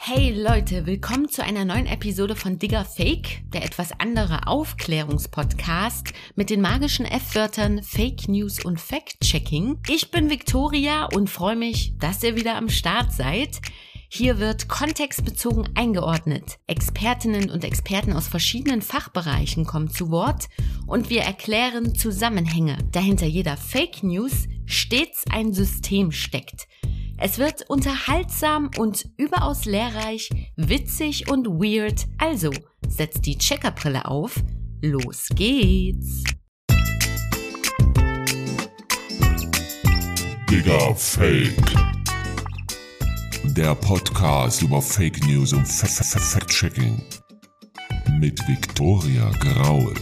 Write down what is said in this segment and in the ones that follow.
Hey Leute, willkommen zu einer neuen Episode von Digger Fake, der etwas andere Aufklärungspodcast mit den magischen F-Wörtern Fake News und Fact-Checking. Ich bin Victoria und freue mich, dass ihr wieder am Start seid. Hier wird kontextbezogen eingeordnet. Expertinnen und Experten aus verschiedenen Fachbereichen kommen zu Wort und wir erklären Zusammenhänge, da hinter jeder Fake News stets ein System steckt. Es wird unterhaltsam und überaus lehrreich, witzig und weird. Also, setzt die Checkerbrille auf. Los geht's! Digger Fake. Der Podcast über Fake News und Fact-Checking. Mit Victoria Graul.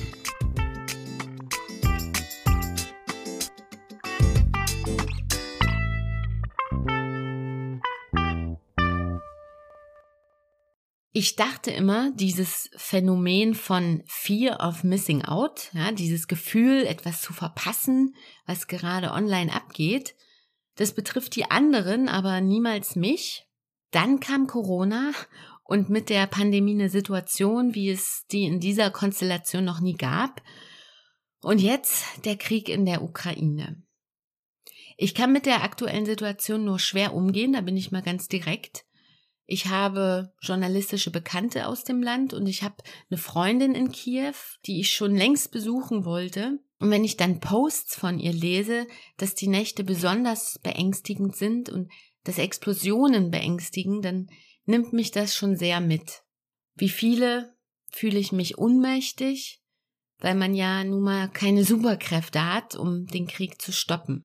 Ich dachte immer, dieses Phänomen von Fear of Missing Out, ja, dieses Gefühl, etwas zu verpassen, was gerade online abgeht, das betrifft die anderen, aber niemals mich. Dann kam Corona und mit der Pandemie eine Situation, wie es die in dieser Konstellation noch nie gab. Und jetzt der Krieg in der Ukraine. Ich kann mit der aktuellen Situation nur schwer umgehen, da bin ich mal ganz direkt. Ich habe journalistische Bekannte aus dem Land und ich habe eine Freundin in Kiew, die ich schon längst besuchen wollte. Und wenn ich dann Posts von ihr lese, dass die Nächte besonders beängstigend sind und dass Explosionen beängstigen, dann nimmt mich das schon sehr mit. Wie viele fühle ich mich ohnmächtig, weil man ja nun mal keine Superkräfte hat, um den Krieg zu stoppen.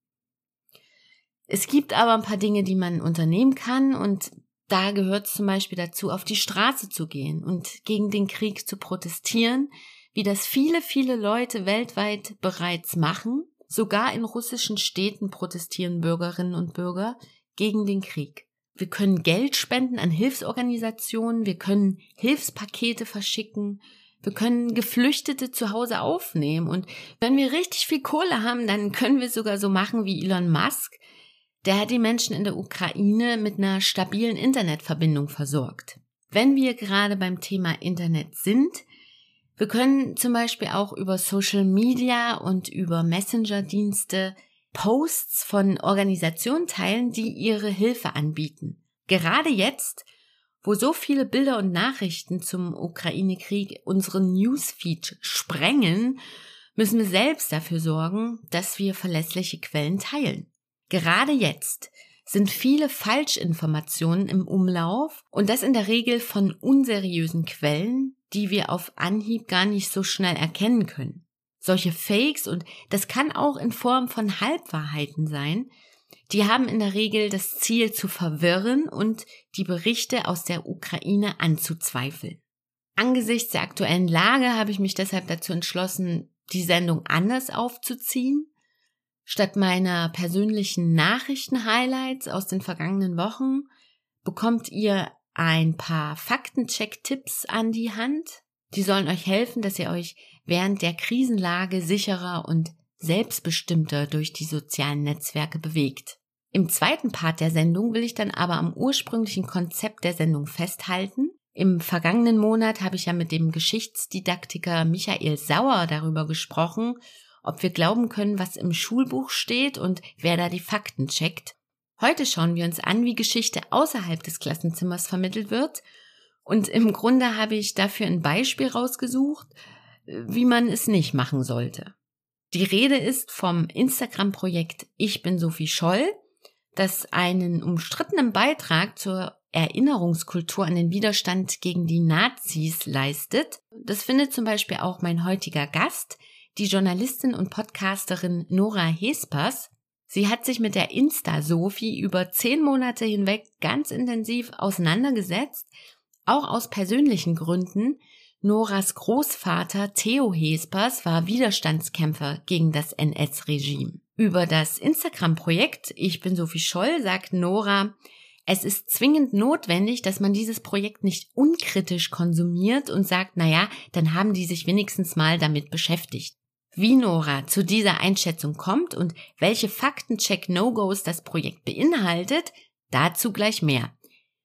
Es gibt aber ein paar Dinge, die man unternehmen kann und da gehört es zum Beispiel dazu, auf die Straße zu gehen und gegen den Krieg zu protestieren, wie das viele, viele Leute weltweit bereits machen. Sogar in russischen Städten protestieren Bürgerinnen und Bürger gegen den Krieg. Wir können Geld spenden an Hilfsorganisationen, wir können Hilfspakete verschicken, wir können Geflüchtete zu Hause aufnehmen und wenn wir richtig viel Kohle haben, dann können wir sogar so machen wie Elon Musk. Der hat die Menschen in der Ukraine mit einer stabilen Internetverbindung versorgt. Wenn wir gerade beim Thema Internet sind, wir können zum Beispiel auch über Social Media und über Messenger-Dienste Posts von Organisationen teilen, die ihre Hilfe anbieten. Gerade jetzt, wo so viele Bilder und Nachrichten zum Ukraine-Krieg unseren Newsfeed sprengen, müssen wir selbst dafür sorgen, dass wir verlässliche Quellen teilen. Gerade jetzt sind viele Falschinformationen im Umlauf und das in der Regel von unseriösen Quellen, die wir auf Anhieb gar nicht so schnell erkennen können. Solche Fakes, und das kann auch in Form von Halbwahrheiten sein, die haben in der Regel das Ziel zu verwirren und die Berichte aus der Ukraine anzuzweifeln. Angesichts der aktuellen Lage habe ich mich deshalb dazu entschlossen, die Sendung anders aufzuziehen. Statt meiner persönlichen Nachrichten-Highlights aus den vergangenen Wochen bekommt ihr ein paar Faktencheck-Tipps an die Hand. Die sollen euch helfen, dass ihr euch während der Krisenlage sicherer und selbstbestimmter durch die sozialen Netzwerke bewegt. Im zweiten Part der Sendung will ich dann aber am ursprünglichen Konzept der Sendung festhalten. Im vergangenen Monat habe ich ja mit dem Geschichtsdidaktiker Michael Sauer darüber gesprochen, ob wir glauben können, was im Schulbuch steht und wer da die Fakten checkt. Heute schauen wir uns an, wie Geschichte außerhalb des Klassenzimmers vermittelt wird. Und im Grunde habe ich dafür ein Beispiel rausgesucht, wie man es nicht machen sollte. Die Rede ist vom Instagram-Projekt Ich bin Sophie Scholl, das einen umstrittenen Beitrag zur Erinnerungskultur an den Widerstand gegen die Nazis leistet. Das findet zum Beispiel auch mein heutiger Gast, die Journalistin und Podcasterin Nora Hespers. Sie hat sich mit der Insta-Sophie über 10 Monate hinweg ganz intensiv auseinandergesetzt, auch aus persönlichen Gründen. Noras Großvater Theo Hespers war Widerstandskämpfer gegen das NS-Regime. Über das Instagram-Projekt Ich bin Sophie Scholl sagt Nora, es ist zwingend notwendig, dass man dieses Projekt nicht unkritisch konsumiert und sagt, naja, dann haben die sich wenigstens mal damit beschäftigt. Wie Nora zu dieser Einschätzung kommt und welche Faktencheck-No-Gos das Projekt beinhaltet, dazu gleich mehr.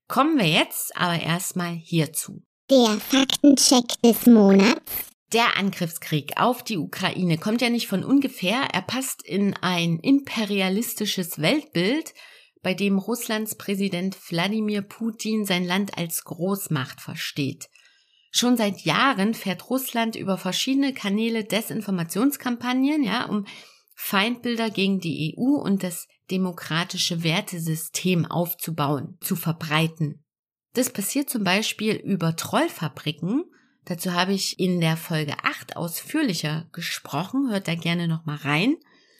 Kommen wir jetzt aber erstmal hierzu. Der Faktencheck des Monats. Der Angriffskrieg auf die Ukraine kommt ja nicht von ungefähr. Er passt in ein imperialistisches Weltbild, bei dem Russlands Präsident Wladimir Putin sein Land als Großmacht versteht. Schon seit Jahren fährt Russland über verschiedene Kanäle Desinformationskampagnen, um Feindbilder gegen die EU und das demokratische Wertesystem aufzubauen, zu verbreiten. Das passiert zum Beispiel über Trollfabriken. Dazu habe ich in der Folge 8 ausführlicher gesprochen, hört da gerne nochmal rein.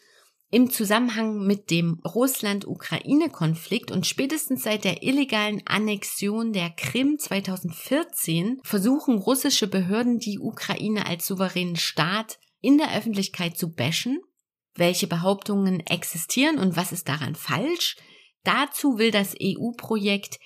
Im Zusammenhang mit dem Russland-Ukraine-Konflikt und spätestens seit der illegalen Annexion der Krim 2014 versuchen russische Behörden, die Ukraine als souveränen Staat in der Öffentlichkeit zu bashen. Welche Behauptungen existieren und was ist daran falsch? Dazu will das EU-Projekt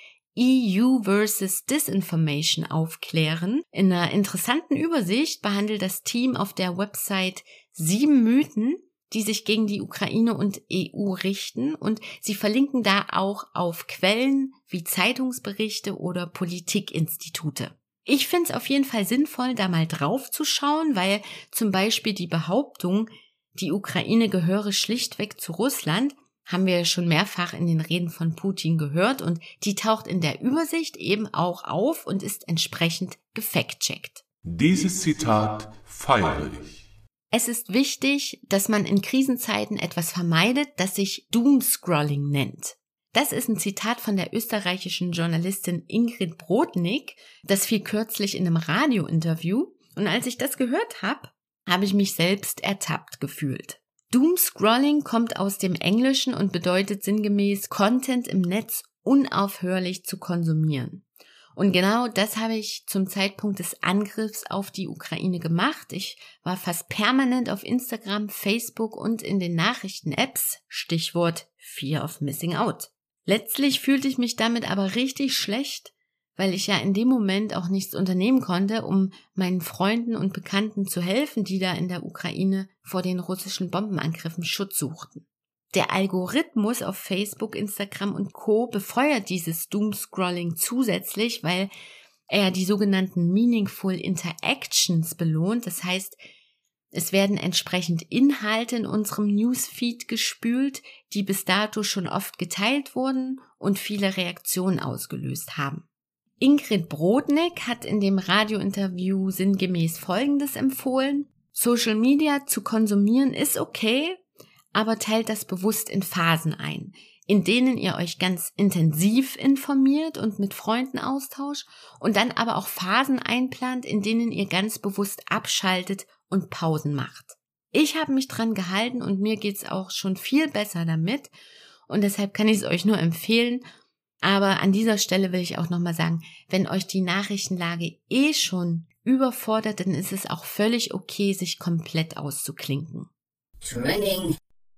EU versus Disinformation aufklären. In einer interessanten Übersicht behandelt das Team auf der Website 7 Mythen, die sich gegen die Ukraine und EU richten, und sie verlinken da auch auf Quellen wie Zeitungsberichte oder Politikinstitute. Ich finde es auf jeden Fall sinnvoll, da mal drauf zu schauen, weil zum Beispiel die Behauptung, die Ukraine gehöre schlichtweg zu Russland, haben wir schon mehrfach in den Reden von Putin gehört, und die taucht in der Übersicht eben auch auf und ist entsprechend gefact-checkt. Dieses Zitat feiere ich. Es ist wichtig, dass man in Krisenzeiten etwas vermeidet, das sich Doomscrolling nennt. Das ist ein Zitat von der österreichischen Journalistin Ingrid Brodnik. Das fiel kürzlich in einem Radiointerview. Und als ich das gehört habe, habe ich mich selbst ertappt gefühlt. Doomscrolling kommt aus dem Englischen und bedeutet sinngemäß, Content im Netz unaufhörlich zu konsumieren. Und genau das habe ich zum Zeitpunkt des Angriffs auf die Ukraine gemacht. Ich war fast permanent auf Instagram, Facebook und in den Nachrichten-Apps, Stichwort Fear of Missing Out. Letztlich fühlte ich mich damit aber richtig schlecht, weil ich ja in dem Moment auch nichts unternehmen konnte, um meinen Freunden und Bekannten zu helfen, die da in der Ukraine vor den russischen Bombenangriffen Schutz suchten. Der Algorithmus auf Facebook, Instagram und Co. befeuert dieses Doomscrolling zusätzlich, weil er die sogenannten Meaningful Interactions belohnt. Das heißt, es werden entsprechend Inhalte in unserem Newsfeed gespült, die bis dato schon oft geteilt wurden und viele Reaktionen ausgelöst haben. Ingrid Brodnik hat in dem Radiointerview sinngemäß Folgendes empfohlen: Social Media zu konsumieren ist okay, aber teilt das bewusst in Phasen ein, in denen ihr euch ganz intensiv informiert und mit Freunden austauscht und dann aber auch Phasen einplant, in denen ihr ganz bewusst abschaltet und Pausen macht. Ich habe mich dran gehalten und mir geht's auch schon viel besser damit und deshalb kann ich es euch nur empfehlen. Aber an dieser Stelle will ich auch nochmal sagen, wenn euch die Nachrichtenlage schon überfordert, dann ist es auch völlig okay, sich komplett auszuklinken. Trending.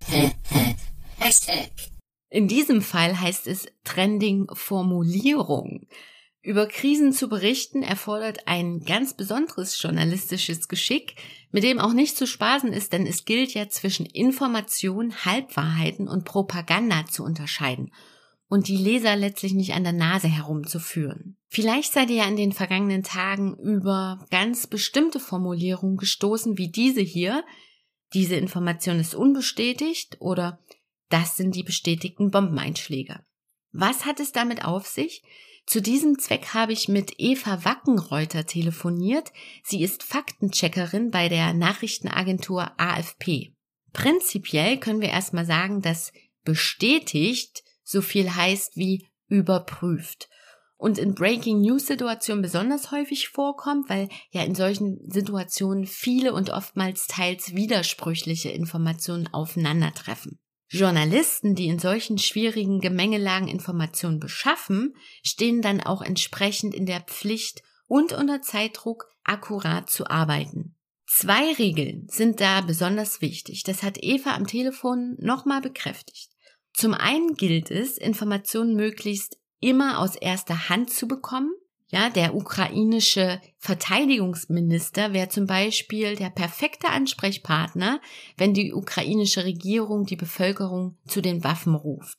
Hashtag. In diesem Fall heißt es Trending-Formulierung. Über Krisen zu berichten erfordert ein ganz besonderes journalistisches Geschick, mit dem auch nicht zu spaßen ist, denn es gilt ja zwischen Information, Halbwahrheiten und Propaganda zu unterscheiden und die Leser letztlich nicht an der Nase herumzuführen. Vielleicht seid ihr ja in den vergangenen Tagen über ganz bestimmte Formulierungen gestoßen, wie diese hier: Diese Information ist unbestätigt oder das sind die bestätigten Bombeneinschläge. Was hat es damit auf sich? Zu diesem Zweck habe ich mit Eva Wackenreuter telefoniert. Sie ist Faktencheckerin bei der Nachrichtenagentur AFP. Prinzipiell können wir erstmal sagen, dass bestätigt so viel heißt wie überprüft. Und in Breaking-News-Situationen besonders häufig vorkommt, weil ja in solchen Situationen viele und oftmals teils widersprüchliche Informationen aufeinandertreffen. Journalisten, die in solchen schwierigen Gemengelagen Informationen beschaffen, stehen dann auch entsprechend in der Pflicht und unter Zeitdruck akkurat zu arbeiten. 2 Regeln sind da besonders wichtig. Das hat Eva am Telefon nochmal bekräftigt. Zum einen gilt es, Informationen möglichst immer aus erster Hand zu bekommen. Ja, der ukrainische Verteidigungsminister wäre zum Beispiel der perfekte Ansprechpartner, wenn die ukrainische Regierung die Bevölkerung zu den Waffen ruft.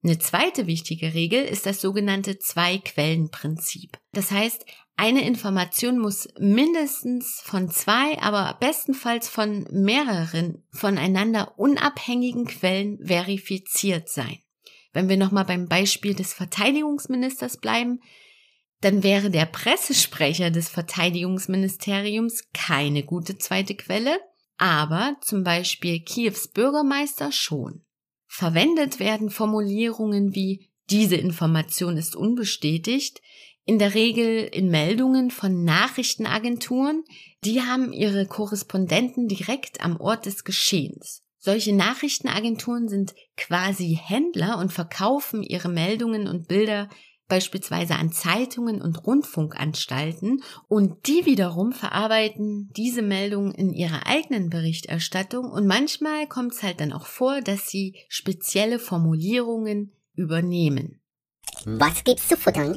Eine zweite wichtige Regel ist das sogenannte Zwei-Quellen-Prinzip. Das heißt, eine Information muss mindestens von 2, aber bestenfalls von mehreren voneinander unabhängigen Quellen verifiziert sein. Wenn wir nochmal beim Beispiel des Verteidigungsministers bleiben, dann wäre der Pressesprecher des Verteidigungsministeriums keine gute zweite Quelle, aber zum Beispiel Kiews Bürgermeister schon. Verwendet werden Formulierungen wie „diese Information ist unbestätigt", in der Regel in Meldungen von Nachrichtenagenturen, die haben ihre Korrespondenten direkt am Ort des Geschehens. Solche Nachrichtenagenturen sind quasi Händler und verkaufen ihre Meldungen und Bilder beispielsweise an Zeitungen und Rundfunkanstalten, und die wiederum verarbeiten diese Meldungen in ihrer eigenen Berichterstattung, und manchmal kommt es halt dann auch vor, dass sie spezielle Formulierungen übernehmen. Was gibt's zu futtern?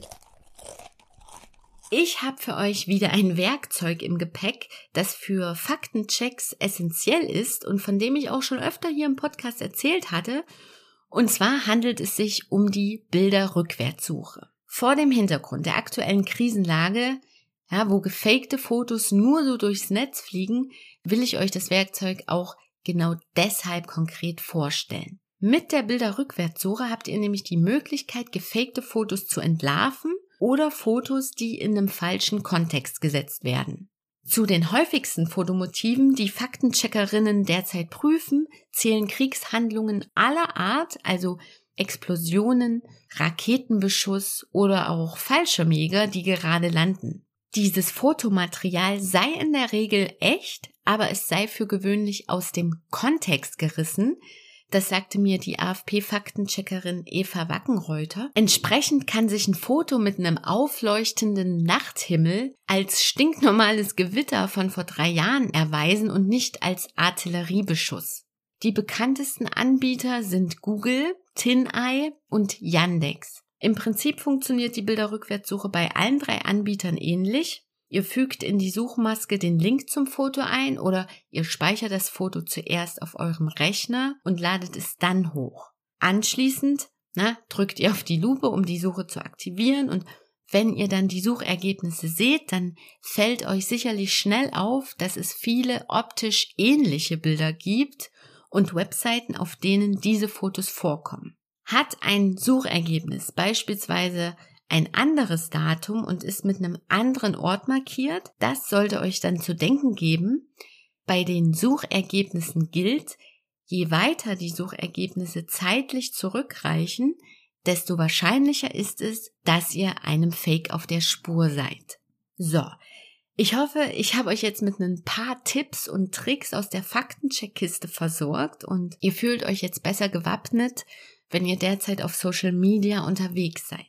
Ich habe für euch wieder ein Werkzeug im Gepäck, das für Faktenchecks essentiell ist und von dem ich auch schon öfter hier im Podcast erzählt hatte. Und zwar handelt es sich um die Bilderrückwärtssuche. Vor dem Hintergrund der aktuellen Krisenlage, wo gefakte Fotos nur so durchs Netz fliegen, will ich euch das Werkzeug auch genau deshalb konkret vorstellen. Mit der Bilderrückwärtssuche habt ihr nämlich die Möglichkeit, gefakte Fotos zu entlarven oder Fotos, die in einem falschen Kontext gesetzt werden. Zu den häufigsten Fotomotiven, die Faktencheckerinnen derzeit prüfen, zählen Kriegshandlungen aller Art, also Explosionen, Raketenbeschuss oder auch Fallschirmjäger, die gerade landen. Dieses Fotomaterial sei in der Regel echt, aber es sei für gewöhnlich aus dem Kontext gerissen. Das sagte mir die AfP-Faktencheckerin Eva Wackenreuter. Entsprechend kann sich ein Foto mit einem aufleuchtenden Nachthimmel als stinknormales Gewitter von vor 3 Jahren erweisen und nicht als Artilleriebeschuss. Die bekanntesten Anbieter sind Google, TinEye und Yandex. Im Prinzip funktioniert die Bilderrückwärtssuche bei allen 3 Anbietern ähnlich. Ihr fügt in die Suchmaske den Link zum Foto ein oder ihr speichert das Foto zuerst auf eurem Rechner und ladet es dann hoch. Anschließend drückt ihr auf die Lupe, um die Suche zu aktivieren, und wenn ihr dann die Suchergebnisse seht, dann fällt euch sicherlich schnell auf, dass es viele optisch ähnliche Bilder gibt und Webseiten, auf denen diese Fotos vorkommen. Hat ein Suchergebnis beispielsweise ein anderes Datum und ist mit einem anderen Ort markiert, das sollte euch dann zu denken geben. Bei den Suchergebnissen gilt, je weiter die Suchergebnisse zeitlich zurückreichen, desto wahrscheinlicher ist es, dass ihr einem Fake auf der Spur seid. So, ich hoffe, ich habe euch jetzt mit ein paar Tipps und Tricks aus der Faktencheckkiste versorgt und ihr fühlt euch jetzt besser gewappnet, wenn ihr derzeit auf Social Media unterwegs seid.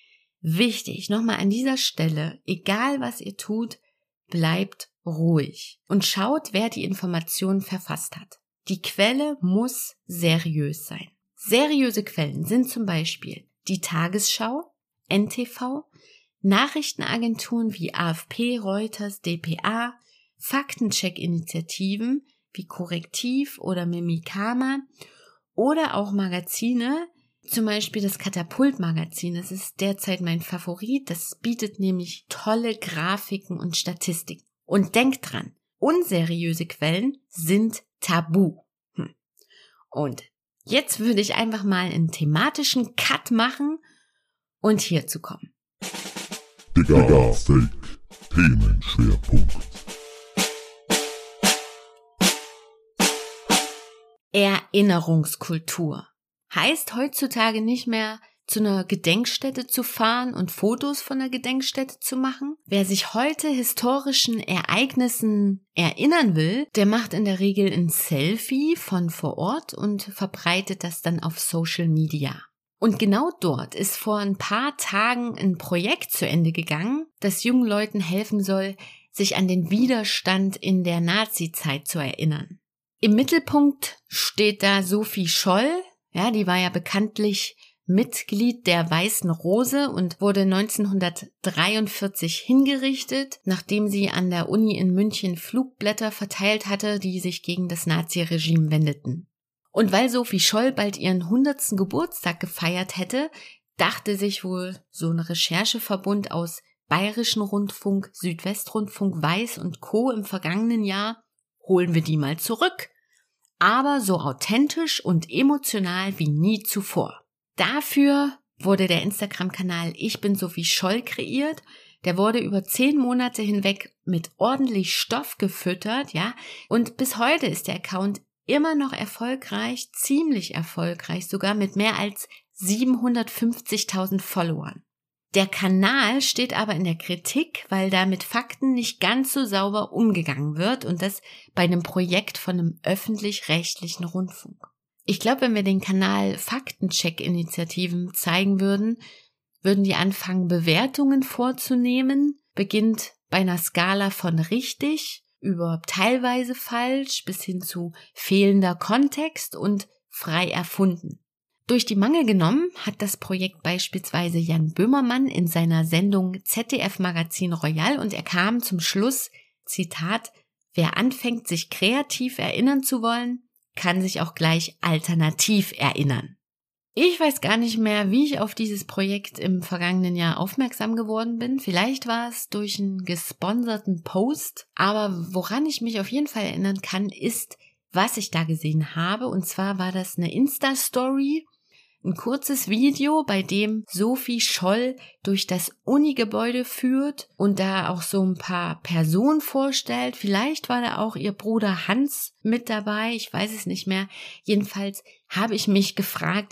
Wichtig, nochmal an dieser Stelle, egal was ihr tut, bleibt ruhig und schaut, wer die Informationen verfasst hat. Die Quelle muss seriös sein. Seriöse Quellen sind zum Beispiel die Tagesschau, NTV, Nachrichtenagenturen wie AfP, Reuters, dpa, Faktencheck-Initiativen wie Korrektiv oder Mimikama oder auch Magazine, zum Beispiel das Katapult-Magazin. Das ist derzeit mein Favorit. Das bietet nämlich tolle Grafiken und Statistiken. Und denkt dran, unseriöse Quellen sind tabu. Und jetzt würde ich einfach mal einen thematischen Cut machen und hierzu kommen. Digga, Fake, Themenschwerpunkt. Erinnerungskultur. Heißt heutzutage nicht mehr, zu einer Gedenkstätte zu fahren und Fotos von der Gedenkstätte zu machen. Wer sich heute historischen Ereignissen erinnern will, der macht in der Regel ein Selfie von vor Ort und verbreitet das dann auf Social Media. Und genau dort ist vor ein paar Tagen ein Projekt zu Ende gegangen, das jungen Leuten helfen soll, sich an den Widerstand in der Nazi-Zeit zu erinnern. Im Mittelpunkt steht da Sophie Scholl. Ja, die war ja bekanntlich Mitglied der Weißen Rose und wurde 1943 hingerichtet, nachdem sie an der Uni in München Flugblätter verteilt hatte, die sich gegen das Naziregime wendeten. Und weil Sophie Scholl bald ihren 100. Geburtstag gefeiert hätte, dachte sich wohl so ein Rechercheverbund aus Bayerischen Rundfunk, Südwestrundfunk, Weiß und Co. im vergangenen Jahr, holen wir die mal zurück. Aber so authentisch und emotional wie nie zuvor. Dafür wurde der Instagram-Kanal Ich bin Sophie Scholl kreiert. Der wurde über 10 Monate hinweg mit ordentlich Stoff gefüttert, ja. Und bis heute ist der Account immer noch erfolgreich, ziemlich erfolgreich, sogar mit mehr als 750.000 Followern. Der Kanal steht aber in der Kritik, weil da mit Fakten nicht ganz so sauber umgegangen wird und das bei einem Projekt von einem öffentlich-rechtlichen Rundfunk. Ich glaube, wenn wir den Kanal Faktencheck-Initiativen zeigen würden, würden die anfangen, Bewertungen vorzunehmen, beginnt bei einer Skala von richtig über teilweise falsch bis hin zu fehlender Kontext und frei erfunden. Durch die Mangel genommen hat das Projekt beispielsweise Jan Böhmermann in seiner Sendung ZDF Magazin Royal und er kam zum Schluss, Zitat, wer anfängt, sich kreativ erinnern zu wollen, kann sich auch gleich alternativ erinnern. Ich weiß gar nicht mehr, wie ich auf dieses Projekt im vergangenen Jahr aufmerksam geworden bin. Vielleicht war es durch einen gesponserten Post, aber woran ich mich auf jeden Fall erinnern kann, ist, was ich da gesehen habe. Und zwar war das eine Insta-Story, ein kurzes Video, bei dem Sophie Scholl durch das Uni-Gebäude führt und da auch so ein paar Personen vorstellt. Vielleicht war da auch ihr Bruder Hans mit dabei, ich weiß es nicht mehr. Jedenfalls habe ich mich gefragt,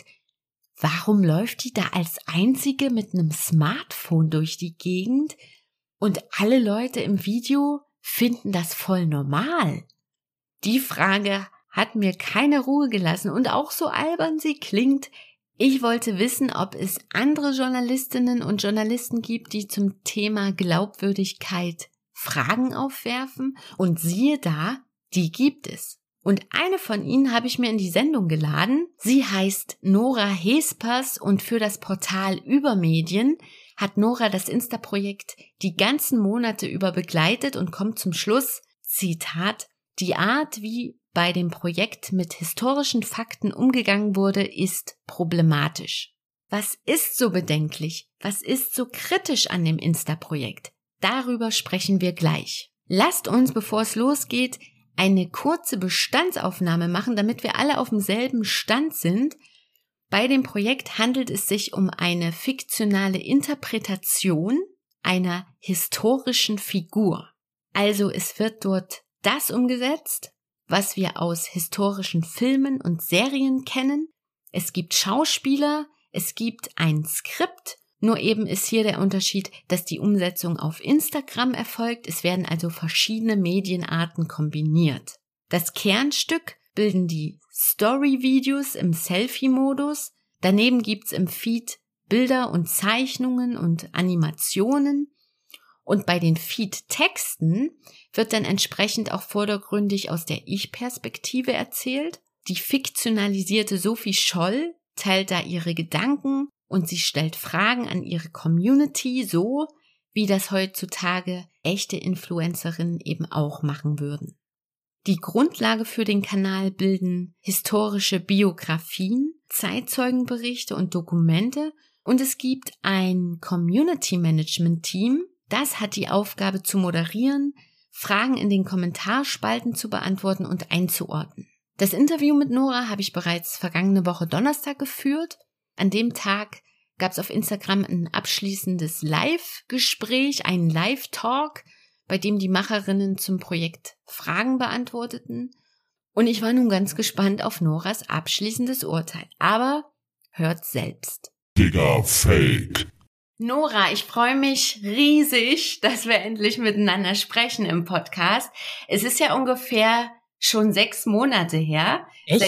warum läuft die da als Einzige mit einem Smartphone durch die Gegend und alle Leute im Video finden das voll normal? Die Frage hat mir keine Ruhe gelassen und auch so albern sie klingt, ich wollte wissen, ob es andere Journalistinnen und Journalisten gibt, die zum Thema Glaubwürdigkeit Fragen aufwerfen und siehe da, die gibt es. Und eine von ihnen habe ich mir in die Sendung geladen. Sie heißt Nora Hespers und für das Portal Übermedien hat Nora das Insta-Projekt die ganzen Monate über begleitet und kommt zum Schluss, Zitat, die Art, wie bei dem Projekt mit historischen Fakten umgegangen wurde, ist problematisch. Was ist so bedenklich? Was ist so kritisch an dem Insta-Projekt? Darüber sprechen wir gleich. Lasst uns, bevor es losgeht, eine kurze Bestandsaufnahme machen, damit wir alle auf demselben Stand sind. Bei dem Projekt handelt es sich um eine fiktionale Interpretation einer historischen Figur. Also es wird dort das umgesetzt, was wir aus historischen Filmen und Serien kennen. Es gibt Schauspieler, es gibt ein Skript, nur eben ist hier der Unterschied, dass die Umsetzung auf Instagram erfolgt. Es werden also verschiedene Medienarten kombiniert. Das Kernstück bilden die Story-Videos im Selfie-Modus. Daneben gibt's im Feed Bilder und Zeichnungen und Animationen. Und bei den Feed-Texten wird dann entsprechend auch vordergründig aus der Ich-Perspektive erzählt. Die fiktionalisierte Sophie Scholl teilt da ihre Gedanken und sie stellt Fragen an ihre Community, so wie das heutzutage echte Influencerinnen eben auch machen würden. Die Grundlage für den Kanal bilden historische Biografien, Zeitzeugenberichte und Dokumente und es gibt ein Community-Management-Team, das hat die Aufgabe zu moderieren, Fragen in den Kommentarspalten zu beantworten und einzuordnen. Das Interview mit Nora habe ich bereits vergangene Woche Donnerstag geführt. An dem Tag gab es auf Instagram ein abschließendes Live-Gespräch, einen Live-Talk, bei dem die Macherinnen zum Projekt Fragen beantworteten. Und ich war nun ganz gespannt auf Noras abschließendes Urteil. Aber hört selbst. Digga, Fake. Nora, ich freue mich riesig, dass wir endlich miteinander sprechen im Podcast. Es ist ja ungefähr schon 6 Monate her. Echt?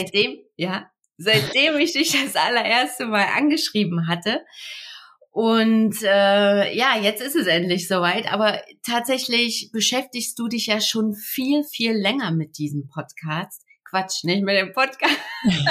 Seitdem ich dich das allererste Mal angeschrieben hatte. Und jetzt ist es endlich soweit. Aber tatsächlich beschäftigst du dich ja schon viel, viel länger mit diesem Podcast. Quatsch, nicht mit dem Podcast.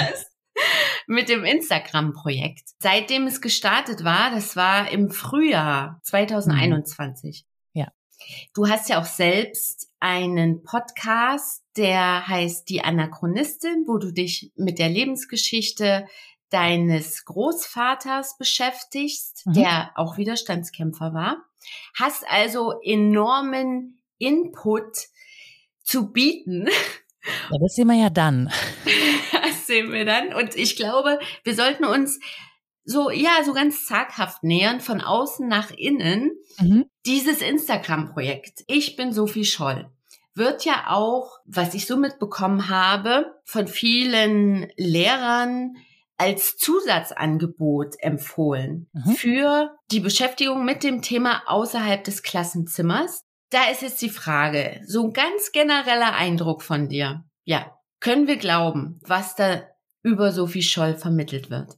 Mit dem Instagram-Projekt. Seitdem es gestartet war, das war im Frühjahr 2021. Ja. Du hast ja auch selbst einen Podcast, der heißt Die Anachronistin, wo du dich mit der Lebensgeschichte deines Großvaters beschäftigst, der auch Widerstandskämpfer war. Hast also enormen Input zu bieten. Ja, das sehen wir ja dann. Das sehen wir dann. Und ich glaube, wir sollten uns so ganz zaghaft nähern, von außen nach innen. Dieses Instagram-Projekt, Ich bin Sophie Scholl, wird ja auch, was ich so mitbekommen habe, von vielen Lehrern als Zusatzangebot empfohlen für die Beschäftigung mit dem Thema außerhalb des Klassenzimmers. Da ist jetzt die Frage, so ein ganz genereller Eindruck von dir. Ja, können wir glauben, was da über Sophie Scholl vermittelt wird?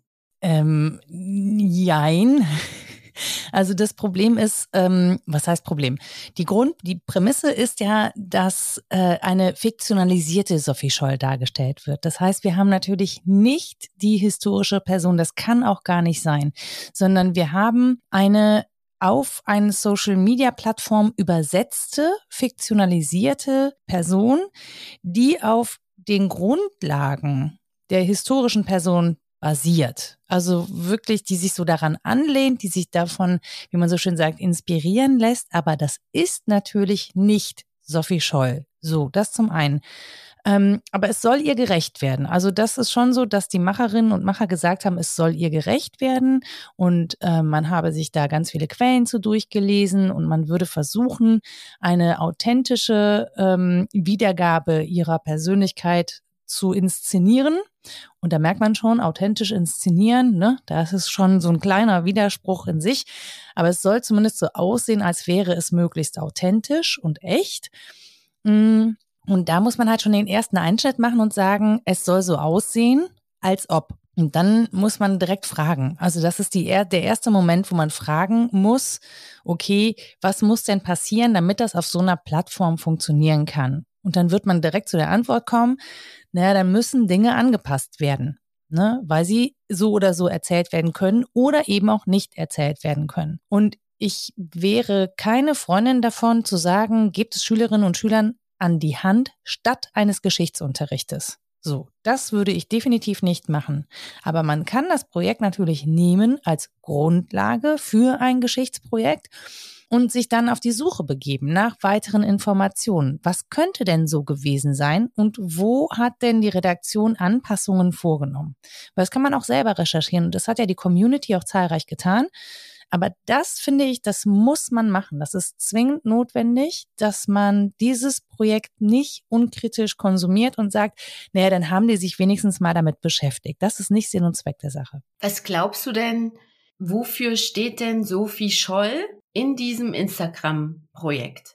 Jein. Also das Problem ist, was heißt Problem? Die Prämisse ist ja, dass eine fiktionalisierte Sophie Scholl dargestellt wird. Das heißt, wir haben natürlich nicht die historische Person, das kann auch gar nicht sein, sondern wir haben eine auf eine Social-Media-Plattform übersetzte, fiktionalisierte Person, die auf den Grundlagen der historischen Person basiert. Also wirklich, die sich so daran anlehnt, die sich davon, wie man so schön sagt, inspirieren lässt. Aber das ist natürlich nicht Sophie Scholl. So, das zum einen. Aber es soll ihr gerecht werden. Also das ist schon so, dass die Macherinnen und Macher gesagt haben, es soll ihr gerecht werden. Und man habe sich da ganz viele Quellen zu durchgelesen und man würde versuchen, eine authentische Wiedergabe ihrer Persönlichkeit zu inszenieren. Und da merkt man schon, authentisch inszenieren, ne? Das ist schon so ein kleiner Widerspruch in sich. Aber es soll zumindest so aussehen, als wäre es möglichst authentisch und echt. Und da muss man halt schon den ersten Einschnitt machen und sagen, es soll so aussehen, als ob. Und dann muss man direkt fragen. Also das ist der erste Moment, wo man fragen muss, okay, was muss denn passieren, damit das auf so einer Plattform funktionieren kann? Und dann wird man direkt zu der Antwort kommen, naja, dann müssen Dinge angepasst werden, ne, weil sie so oder so erzählt werden können oder eben auch nicht erzählt werden können. Und ich wäre keine Freundin davon zu sagen, gebt es Schülerinnen und Schülern an die Hand statt eines Geschichtsunterrichtes. So, das würde ich definitiv nicht machen. Aber man kann das Projekt natürlich nehmen als Grundlage für ein Geschichtsprojekt und sich dann auf die Suche begeben nach weiteren Informationen. Was könnte denn so gewesen sein und wo hat denn die Redaktion Anpassungen vorgenommen? Weil das kann man auch selber recherchieren und das hat ja die Community auch zahlreich getan. Aber das finde ich, das muss man machen. Das ist zwingend notwendig, dass man dieses Projekt nicht unkritisch konsumiert und sagt, naja, dann haben die sich wenigstens mal damit beschäftigt. Das ist nicht Sinn und Zweck der Sache. Was glaubst du denn, wofür steht denn Sophie Scholl in diesem Instagram-Projekt?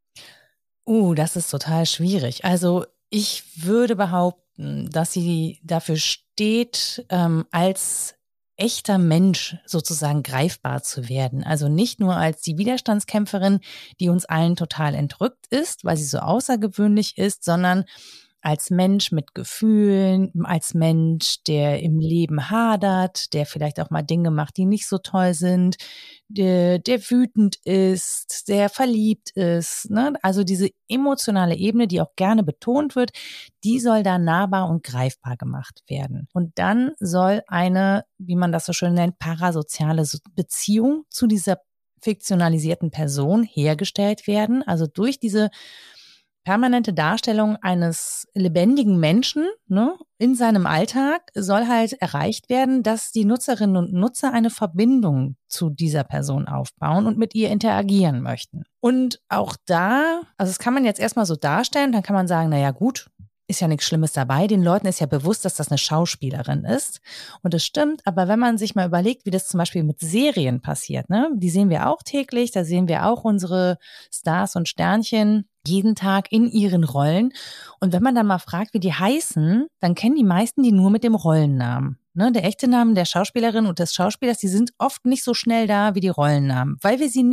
Das ist total schwierig. Also ich würde behaupten, dass sie dafür steht, als echter Mensch sozusagen greifbar zu werden. Also nicht nur als die Widerstandskämpferin, die uns allen total entrückt ist, weil sie so außergewöhnlich ist, sondern als Mensch mit Gefühlen, als Mensch, der im Leben hadert, der vielleicht auch mal Dinge macht, die nicht so toll sind, der wütend ist, der verliebt ist, ne? Also diese emotionale Ebene, die auch gerne betont wird, die soll da nahbar und greifbar gemacht werden. Und dann soll eine, wie man das so schön nennt, parasoziale Beziehung zu dieser fiktionalisierten Person hergestellt werden. Also durch diese permanente Darstellung eines lebendigen Menschen, ne, in seinem Alltag soll halt erreicht werden, dass die Nutzerinnen und Nutzer eine Verbindung zu dieser Person aufbauen und mit ihr interagieren möchten. Und auch da, also das kann man jetzt erstmal so darstellen, dann kann man sagen, naja gut, ist ja nichts Schlimmes dabei. Den Leuten ist ja bewusst, dass das eine Schauspielerin ist. Und das stimmt, aber wenn man sich mal überlegt, wie das zum Beispiel mit Serien passiert, ne, die sehen wir auch täglich, da sehen wir auch unsere Stars und Sternchen jeden Tag in ihren Rollen. Und wenn man dann mal fragt, wie die heißen, dann kennen die meisten die nur mit dem Rollennamen. Ne, der echte Name der Schauspielerin und des Schauspielers, die sind oft nicht so schnell da wie die Rollennamen, weil wir sie nicht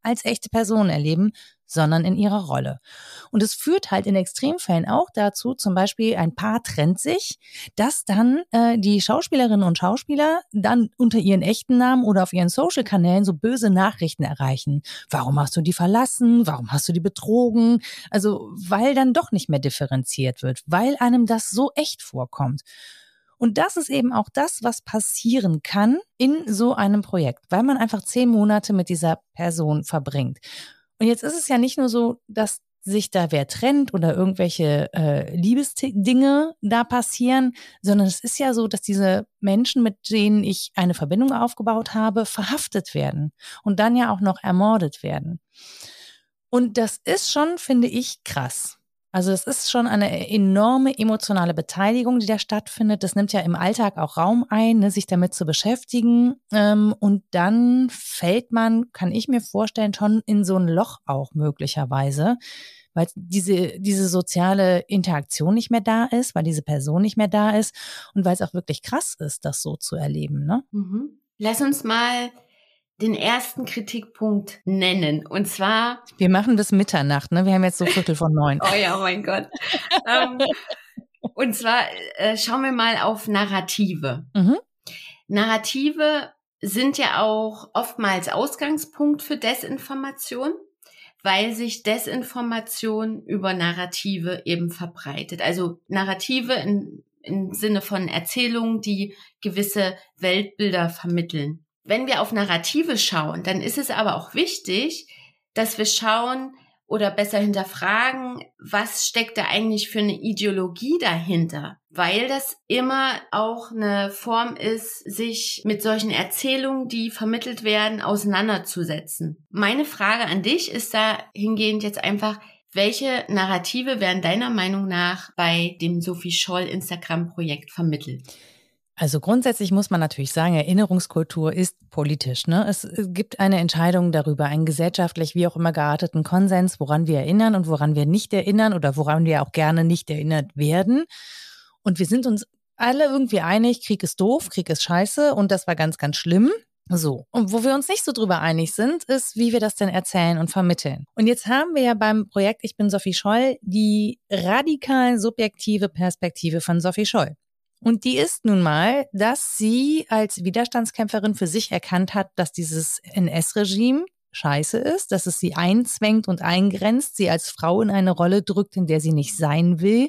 als echte Person erleben, sondern in ihrer Rolle. Und es führt halt in Extremfällen auch dazu, zum Beispiel ein Paar trennt sich, dass dann die Schauspielerinnen und Schauspieler dann unter ihren echten Namen oder auf ihren Social-Kanälen so böse Nachrichten erreichen. Warum hast du die verlassen? Warum hast du die betrogen? Also weil dann doch nicht mehr differenziert wird, weil einem das so echt vorkommt. Und das ist eben auch das, was passieren kann in so einem Projekt, weil man einfach 10 Monate mit dieser Person verbringt. Und jetzt ist es ja nicht nur so, dass sich da wer trennt oder irgendwelche Liebesdinge da passieren, sondern es ist ja so, dass diese Menschen, mit denen ich eine Verbindung aufgebaut habe, verhaftet werden und dann ja auch noch ermordet werden. Und das ist schon, finde ich, krass. Also es ist schon eine enorme emotionale Beteiligung, die da stattfindet. Das nimmt ja im Alltag auch Raum ein, ne, sich damit zu beschäftigen. Und dann fällt man, kann ich mir vorstellen, schon in so ein Loch auch möglicherweise, weil diese soziale Interaktion nicht mehr da ist, weil diese Person nicht mehr da ist und weil es auch wirklich krass ist, das so zu erleben. Ne? Mhm. Lass uns mal den ersten Kritikpunkt nennen. Und zwar... Wir machen bis Mitternacht, ne? Wir haben jetzt so 8:45. Oh ja, oh mein Gott. Und zwar schauen wir mal auf Narrative. Mhm. Narrative sind ja auch oftmals Ausgangspunkt für Desinformation, weil sich Desinformation über Narrative eben verbreitet. Also Narrative im Sinne von Erzählungen, die gewisse Weltbilder vermitteln. Wenn wir auf Narrative schauen, dann ist es aber auch wichtig, dass wir schauen oder besser hinterfragen, was steckt da eigentlich für eine Ideologie dahinter? Weil das immer auch eine Form ist, sich mit solchen Erzählungen, die vermittelt werden, auseinanderzusetzen. Meine Frage an dich ist da hingehend jetzt einfach, welche Narrative werden deiner Meinung nach bei dem Sophie Scholl Instagram-Projekt vermittelt? Also grundsätzlich muss man natürlich sagen, Erinnerungskultur ist politisch. Ne? Es gibt eine Entscheidung darüber, einen gesellschaftlich wie auch immer gearteten Konsens, woran wir erinnern und woran wir nicht erinnern oder woran wir auch gerne nicht erinnert werden. Und wir sind uns alle irgendwie einig, Krieg ist doof, Krieg ist scheiße und das war ganz, ganz schlimm. So. Und wo wir uns nicht so drüber einig sind, ist, wie wir das denn erzählen und vermitteln. Und jetzt haben wir ja beim Projekt Ich bin Sophie Scholl die radikal subjektive Perspektive von Sophie Scholl. Und die ist nun mal, dass sie als Widerstandskämpferin für sich erkannt hat, dass dieses NS-Regime scheiße ist, dass es sie einzwängt und eingrenzt, sie als Frau in eine Rolle drückt, in der sie nicht sein will.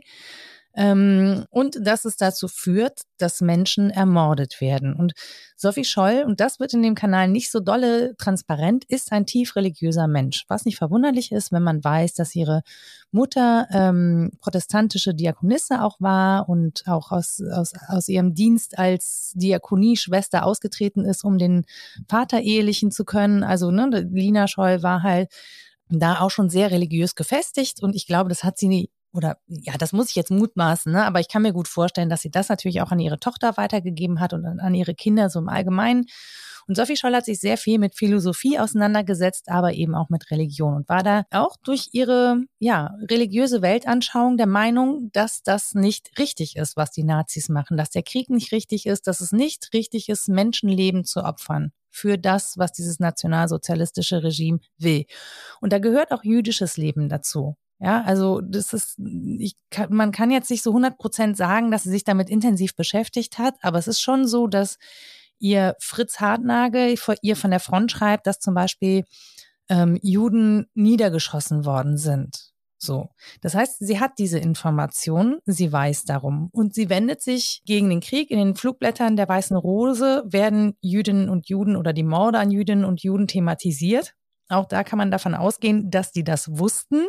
Und dass es dazu führt, dass Menschen ermordet werden. Und Sophie Scholl, und das wird in dem Kanal nicht so dolle transparent, ist ein tief religiöser Mensch. Was nicht verwunderlich ist, wenn man weiß, dass ihre Mutter protestantische Diakonisse auch war und auch aus ihrem Dienst als Diakonieschwester ausgetreten ist, um den Vater ehelichen zu können. Also ne, Lina Scholl war halt da auch schon sehr religiös gefestigt und ich glaube, das hat sie nie. Oder ja, das muss ich jetzt mutmaßen, ne? Aber ich kann mir gut vorstellen, dass sie das natürlich auch an ihre Tochter weitergegeben hat und an ihre Kinder so im Allgemeinen. Und Sophie Scholl hat sich sehr viel mit Philosophie auseinandergesetzt, aber eben auch mit Religion und war da auch durch ihre religiöse Weltanschauung der Meinung, dass das nicht richtig ist, was die Nazis machen, dass der Krieg nicht richtig ist, dass es nicht richtig ist, Menschenleben zu opfern für das, was dieses nationalsozialistische Regime will. Und da gehört auch jüdisches Leben dazu. Ja, also das ist, man kann jetzt nicht so 100% sagen, dass sie sich damit intensiv beschäftigt hat, aber es ist schon so, dass ihr Fritz Hartnagel ihr von der Front schreibt, dass zum Beispiel Juden niedergeschossen worden sind. So, das heißt, sie hat diese Information, sie weiß darum und sie wendet sich gegen den Krieg. In den Flugblättern der Weißen Rose werden Jüdinnen und Juden oder die Morde an Jüdinnen und Juden thematisiert. Auch da kann man davon ausgehen, dass die das wussten.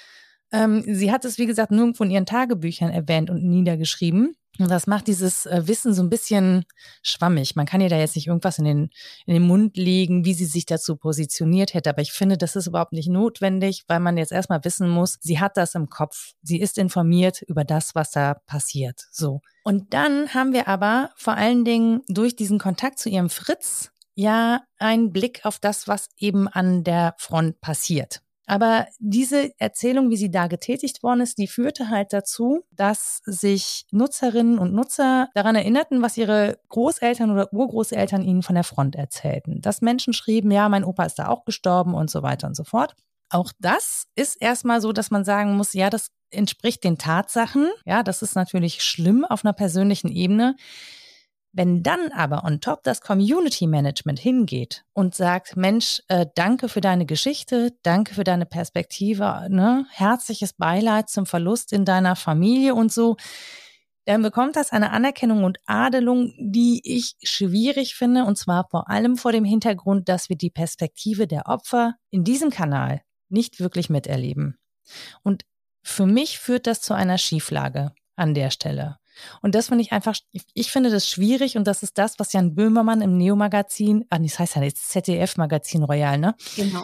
Sie hat es, wie gesagt, nirgendwo in ihren Tagebüchern erwähnt und niedergeschrieben. Und das macht dieses Wissen so ein bisschen schwammig. Man kann ihr da jetzt nicht irgendwas in den Mund legen, wie sie sich dazu positioniert hätte. Aber ich finde, das ist überhaupt nicht notwendig, weil man jetzt erstmal wissen muss, sie hat das im Kopf. Sie ist informiert über das, was da passiert. So. Und dann haben wir aber vor allen Dingen durch diesen Kontakt zu ihrem Fritz ja einen Blick auf das, was eben an der Front passiert. Aber diese Erzählung, wie sie da getätigt worden ist, die führte halt dazu, dass sich Nutzerinnen und Nutzer daran erinnerten, was ihre Großeltern oder Urgroßeltern ihnen von der Front erzählten. Dass Menschen schrieben, ja, mein Opa ist da auch gestorben und so weiter und so fort. Auch das ist erstmal so, dass man sagen muss, ja, das entspricht den Tatsachen. Ja, das ist natürlich schlimm auf einer persönlichen Ebene. Wenn dann aber on top das Community Management hingeht und sagt, Mensch, danke für deine Geschichte, danke für deine Perspektive, ne? Herzliches Beileid zum Verlust in deiner Familie und so, dann bekommt das eine Anerkennung und Adelung, die ich schwierig finde, und zwar vor allem vor dem Hintergrund, dass wir die Perspektive der Opfer in diesem Kanal nicht wirklich miterleben. Und für mich führt das zu einer Schieflage an der Stelle. Und das finde ich einfach, ich finde das schwierig und das ist das, was Jan Böhmermann im Neo-Magazin, das heißt ja jetzt ZDF-Magazin Royal, ne? Genau.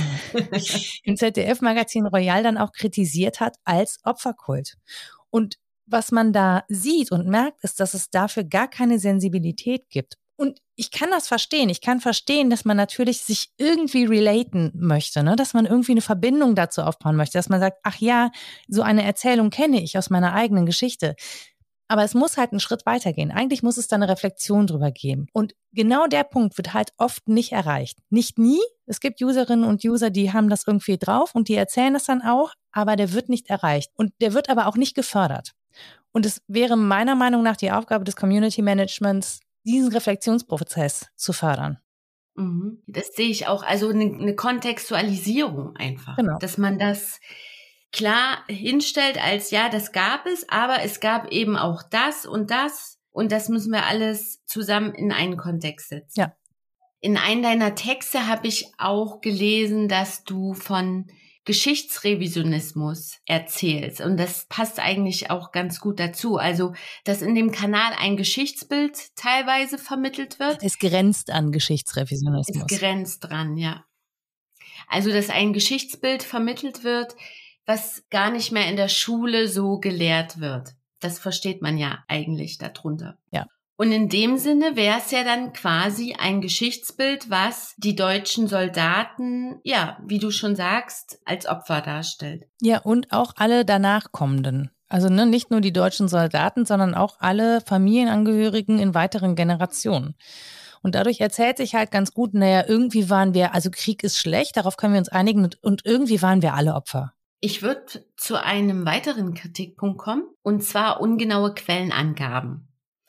Im ZDF-Magazin Royal dann auch kritisiert hat als Opferkult. Und was man da sieht und merkt, ist, dass es dafür gar keine Sensibilität gibt. Und ich kann das verstehen. Ich kann verstehen, dass man natürlich sich irgendwie relaten möchte, ne? Dass man irgendwie eine Verbindung dazu aufbauen möchte, dass man sagt, ach ja, so eine Erzählung kenne ich aus meiner eigenen Geschichte. Aber es muss halt einen Schritt weitergehen. Eigentlich muss es da eine Reflexion drüber geben. Und genau der Punkt wird halt oft nicht erreicht. Nicht nie. Es gibt Userinnen und User, die haben das irgendwie drauf und die erzählen das dann auch, aber der wird nicht erreicht. Und der wird aber auch nicht gefördert. Und es wäre meiner Meinung nach die Aufgabe des Community Managements, diesen Reflexionsprozess zu fördern. Das sehe ich auch. Also eine Kontextualisierung einfach. Genau. Dass man das klar hinstellt als, ja, das gab es, aber es gab eben auch das und das müssen wir alles zusammen in einen Kontext setzen. Ja. In einem deiner Texte habe ich auch gelesen, dass du von Geschichtsrevisionismus erzählst und das passt eigentlich auch ganz gut dazu. Also, dass in dem Kanal ein Geschichtsbild teilweise vermittelt wird. Es grenzt an Geschichtsrevisionismus. Es grenzt dran, ja. Also, dass ein Geschichtsbild vermittelt wird, was gar nicht mehr in der Schule so gelehrt wird. Das versteht man ja eigentlich darunter. Ja. Und in dem Sinne wäre es ja dann quasi ein Geschichtsbild, was die deutschen Soldaten, ja, wie du schon sagst, als Opfer darstellt. Ja, und auch alle danach kommenden. Also nicht nur die deutschen Soldaten, sondern auch alle Familienangehörigen in weiteren Generationen. Und dadurch erzählt sich halt ganz gut, naja, irgendwie waren wir, also Krieg ist schlecht, darauf können wir uns einigen und irgendwie waren wir alle Opfer. Ich würde zu einem weiteren Kritikpunkt kommen, und zwar ungenaue Quellenangaben.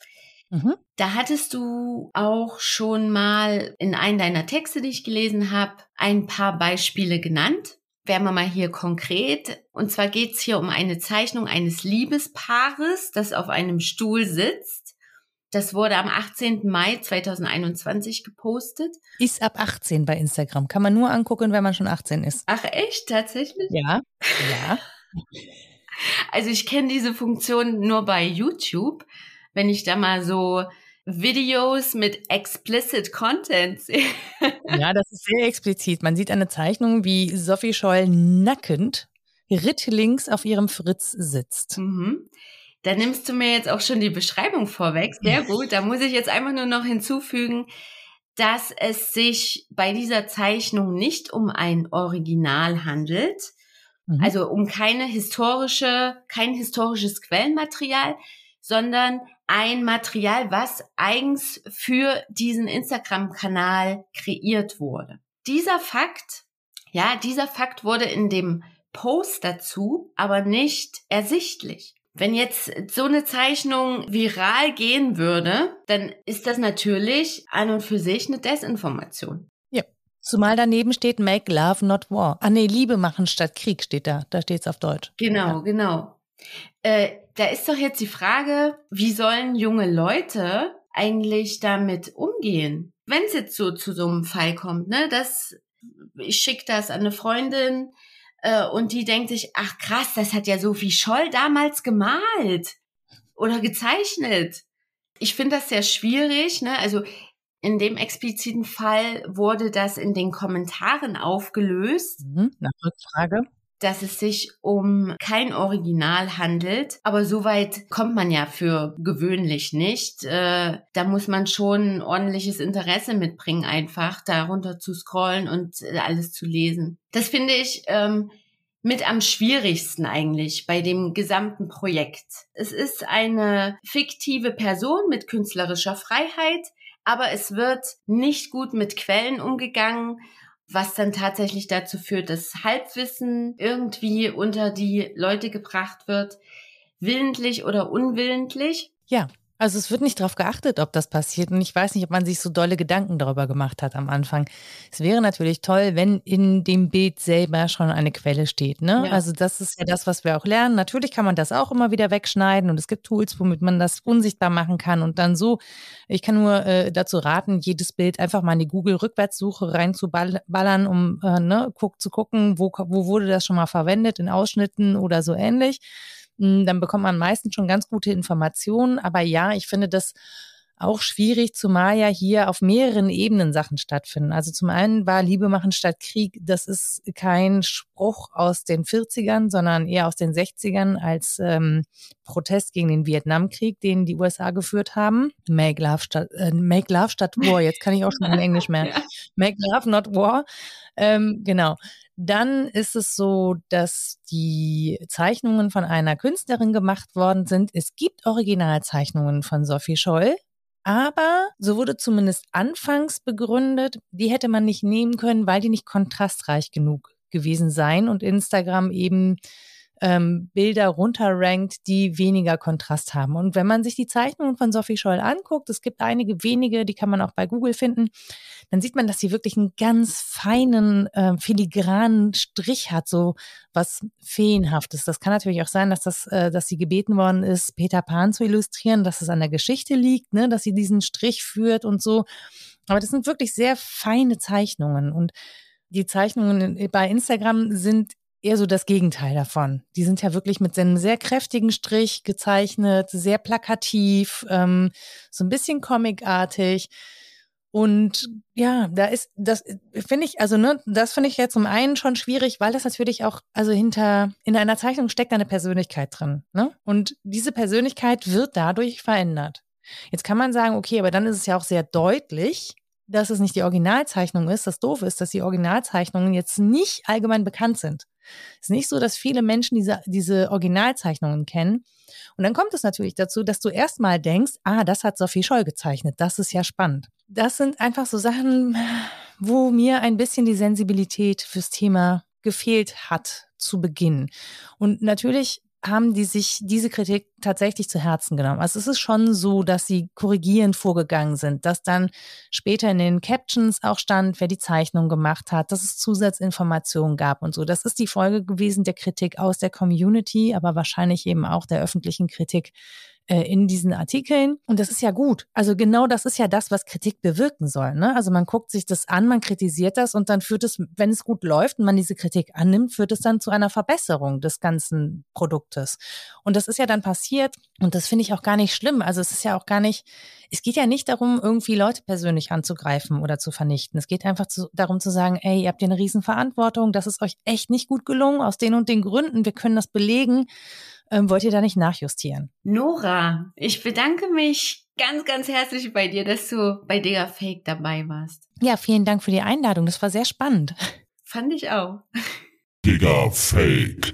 Da hattest du auch schon mal in einem deiner Texte, die ich gelesen habe, ein paar Beispiele genannt. Wären wir mal hier konkret. Und zwar geht es hier um eine Zeichnung eines Liebespaares, das auf einem Stuhl sitzt. Das wurde am 18. Mai 2021 gepostet. Ist ab 18 bei Instagram. Kann man nur angucken, wenn man schon 18 ist. Ach echt? Tatsächlich? Ja. Also ich kenne diese Funktion nur bei YouTube. Wenn ich da mal so Videos mit explicit Content sehe. Ja, das ist sehr explizit. Man sieht eine Zeichnung, wie Sophie Scholl nackend rittlings auf ihrem Fritz sitzt. Da nimmst du mir jetzt auch schon die Beschreibung vorweg. Sehr gut. Da muss ich jetzt einfach nur noch hinzufügen, dass es sich bei dieser Zeichnung nicht um ein Original handelt. Also um kein historisches Quellenmaterial, sondern ein Material, was eigens für diesen Instagram-Kanal kreiert wurde. Dieser Fakt wurde in dem Post dazu aber nicht ersichtlich. Wenn jetzt so eine Zeichnung viral gehen würde, dann ist das natürlich an und für sich eine Desinformation. Ja, zumal daneben steht Make Love Not War. Liebe machen statt Krieg steht da. Da steht es auf Deutsch. Genau. Da ist doch jetzt die Frage, wie sollen junge Leute eigentlich damit umgehen? Wenn es jetzt so zu so einem Fall kommt, ne, ich schicke das an eine Freundin und die denkt sich, ach krass, das hat ja Sophie Scholl damals gemalt oder gezeichnet. Ich finde das sehr schwierig, ne? Also in dem expliziten Fall wurde das in den Kommentaren aufgelöst. Nach Rückfrage. dass es sich um kein Original handelt, aber so weit kommt man ja für gewöhnlich nicht. Da muss man schon ein ordentliches Interesse mitbringen, einfach darunter zu scrollen und alles zu lesen. Das finde ich mit am schwierigsten eigentlich bei dem gesamten Projekt. Es ist eine fiktive Person mit künstlerischer Freiheit, aber es wird nicht gut mit Quellen umgegangen, was dann tatsächlich dazu führt, dass Halbwissen irgendwie unter die Leute gebracht wird, willentlich oder unwillentlich. Ja, also es wird nicht darauf geachtet, ob das passiert. Und ich weiß nicht, ob man sich so dolle Gedanken darüber gemacht hat am Anfang. Es wäre natürlich toll, wenn in dem Bild selber schon eine Quelle steht, ne? Ja. Also das ist ja das, was wir auch lernen. Natürlich kann man das auch immer wieder wegschneiden und es gibt Tools, womit man das unsichtbar machen kann und dann so. Ich kann nur dazu raten, jedes Bild einfach mal in die Google-Rückwärtssuche reinzuballern, um zu gucken, wo wurde das schon mal verwendet, in Ausschnitten oder so ähnlich. Dann bekommt man meistens schon ganz gute Informationen. Aber ja, ich finde das auch schwierig, zumal ja hier auf mehreren Ebenen Sachen stattfinden. Also zum einen war Liebe machen statt Krieg, das ist kein Spruch aus den 40ern, sondern eher aus den 60ern als Protest gegen den Vietnamkrieg, den die USA geführt haben. Make love statt War. Jetzt kann ich auch schon in Englisch mehr. Ja. Make love, not war. Genau. Dann ist es so, dass die Zeichnungen von einer Künstlerin gemacht worden sind. Es gibt Originalzeichnungen von Sophie Scholl, aber so wurde zumindest anfangs begründet, die hätte man nicht nehmen können, weil die nicht kontrastreich genug gewesen seien und Instagram eben Bilder runterrankt, die weniger Kontrast haben. Und wenn man sich die Zeichnungen von Sophie Scholl anguckt, es gibt einige wenige, die kann man auch bei Google finden, dann sieht man, dass sie wirklich einen ganz feinen, filigranen Strich hat, so was Feenhaftes. Das kann natürlich auch sein, dass sie gebeten worden ist, Peter Pan zu illustrieren, dass es an der Geschichte liegt, ne, dass sie diesen Strich führt und so. Aber das sind wirklich sehr feine Zeichnungen. Und die Zeichnungen bei Instagram sind eher so das Gegenteil davon. Die sind ja wirklich mit einem sehr kräftigen Strich gezeichnet, sehr plakativ, so ein bisschen comicartig. Und ja, das finde ich jetzt zum einen schon schwierig, weil das natürlich auch, also in einer Zeichnung steckt eine Persönlichkeit drin, ne? Und diese Persönlichkeit wird dadurch verändert. Jetzt kann man sagen, okay, aber dann ist es ja auch sehr deutlich, dass es nicht die Originalzeichnung ist. Das Doofe ist, dass die Originalzeichnungen jetzt nicht allgemein bekannt sind. Es ist nicht so, dass viele Menschen diese Originalzeichnungen kennen. Und dann kommt es natürlich dazu, dass du erstmal denkst, das hat Sophie Scholl gezeichnet. Das ist ja spannend. Das sind einfach so Sachen, wo mir ein bisschen die Sensibilität fürs Thema gefehlt hat zu Beginn. Und natürlich haben die sich diese Kritik tatsächlich zu Herzen genommen. Also es ist schon so, dass sie korrigierend vorgegangen sind, dass dann später in den Captions auch stand, wer die Zeichnung gemacht hat, dass es Zusatzinformationen gab und so. Das ist die Folge gewesen der Kritik aus der Community, aber wahrscheinlich eben auch der öffentlichen Kritik in diesen Artikeln. Und das ist ja gut. Also genau das ist ja das, was Kritik bewirken soll, ne? Also man guckt sich das an, man kritisiert das und dann führt es, wenn es gut läuft und man diese Kritik annimmt, führt es dann zu einer Verbesserung des ganzen Produktes. Und das ist ja dann passiert und das finde ich auch gar nicht schlimm. Also es geht ja nicht darum, irgendwie Leute persönlich anzugreifen oder zu vernichten. Es geht einfach darum zu sagen, ey, ihr habt ja eine Riesenverantwortung, das ist euch echt nicht gut gelungen, aus den und den Gründen, wir können das belegen. Wollt ihr da nicht nachjustieren? Nora, ich bedanke mich ganz, ganz herzlich bei dir, dass du bei Digga Fake dabei warst. Ja, vielen Dank für die Einladung. Das war sehr spannend. Fand ich auch. Digga Fake.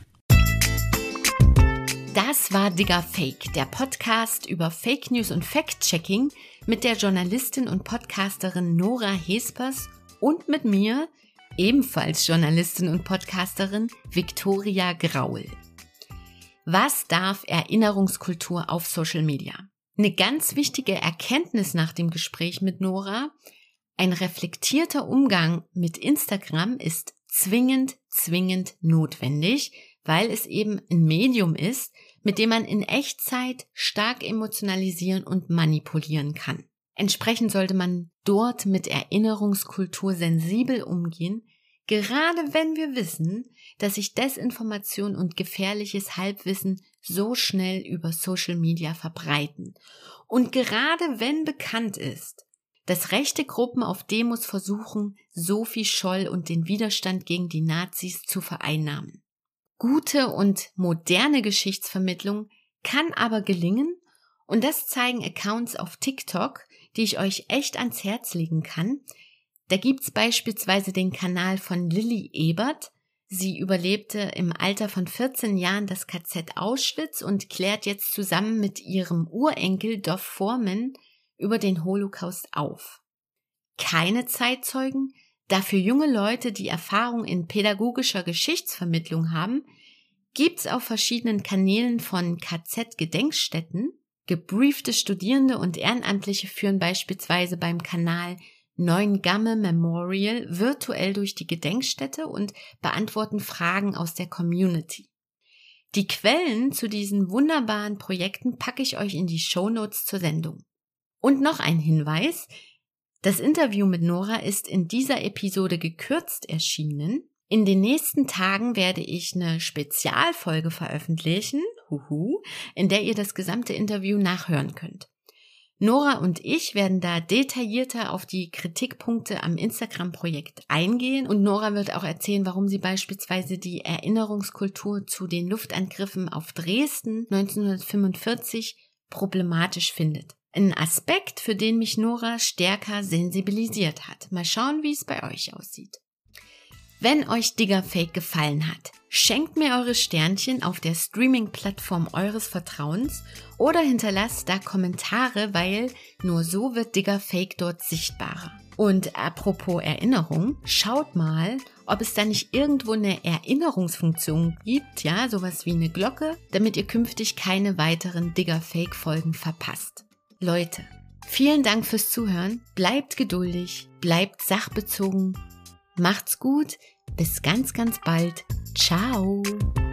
Das war Digga Fake, der Podcast über Fake News und Fact-Checking mit der Journalistin und Podcasterin Nora Hespers und mit mir, ebenfalls Journalistin und Podcasterin, Viktoria Graul. Was darf Erinnerungskultur auf Social Media? Eine ganz wichtige Erkenntnis nach dem Gespräch mit Nora: ein reflektierter Umgang mit Instagram ist zwingend notwendig, weil es eben ein Medium ist, mit dem man in Echtzeit stark emotionalisieren und manipulieren kann. Entsprechend sollte man dort mit Erinnerungskultur sensibel umgehen, gerade wenn wir wissen, dass sich Desinformation und gefährliches Halbwissen so schnell über Social Media verbreiten. Und gerade wenn bekannt ist, dass rechte Gruppen auf Demos versuchen, Sophie Scholl und den Widerstand gegen die Nazis zu vereinnahmen. Gute und moderne Geschichtsvermittlung kann aber gelingen und das zeigen Accounts auf TikTok, die ich euch echt ans Herz legen kann. Da gibt's beispielsweise den Kanal von Lilly Ebert. Sie überlebte im Alter von 14 Jahren das KZ Auschwitz und klärt jetzt zusammen mit ihrem Urenkel Dov Foreman über den Holocaust auf. Keine Zeitzeugen, dafür junge Leute, die Erfahrung in pädagogischer Geschichtsvermittlung haben, gibt's auf verschiedenen Kanälen von KZ-Gedenkstätten. Gebriefte Studierende und Ehrenamtliche führen beispielsweise beim Kanal Neuengamme Memorial virtuell durch die Gedenkstätte und beantworten Fragen aus der Community. Die Quellen zu diesen wunderbaren Projekten packe ich euch in die Shownotes zur Sendung. Und noch ein Hinweis: Das Interview mit Nora ist in dieser Episode gekürzt erschienen. In den nächsten Tagen werde ich eine Spezialfolge veröffentlichen, in der ihr das gesamte Interview nachhören könnt. Nora und ich werden da detaillierter auf die Kritikpunkte am Instagram-Projekt eingehen und Nora wird auch erzählen, warum sie beispielsweise die Erinnerungskultur zu den Luftangriffen auf Dresden 1945 problematisch findet. Ein Aspekt, für den mich Nora stärker sensibilisiert hat. Mal schauen, wie es bei euch aussieht. Wenn euch Diggerfake gefallen hat, schenkt mir eure Sternchen auf der Streaming-Plattform eures Vertrauens oder hinterlasst da Kommentare, weil nur so wird Diggerfake dort sichtbarer. Und apropos Erinnerung, schaut mal, ob es da nicht irgendwo eine Erinnerungsfunktion gibt, ja, sowas wie eine Glocke, damit ihr künftig keine weiteren Diggerfake-Folgen verpasst. Leute, vielen Dank fürs Zuhören, bleibt geduldig, bleibt sachbezogen. Macht's gut, bis ganz, ganz bald. Ciao.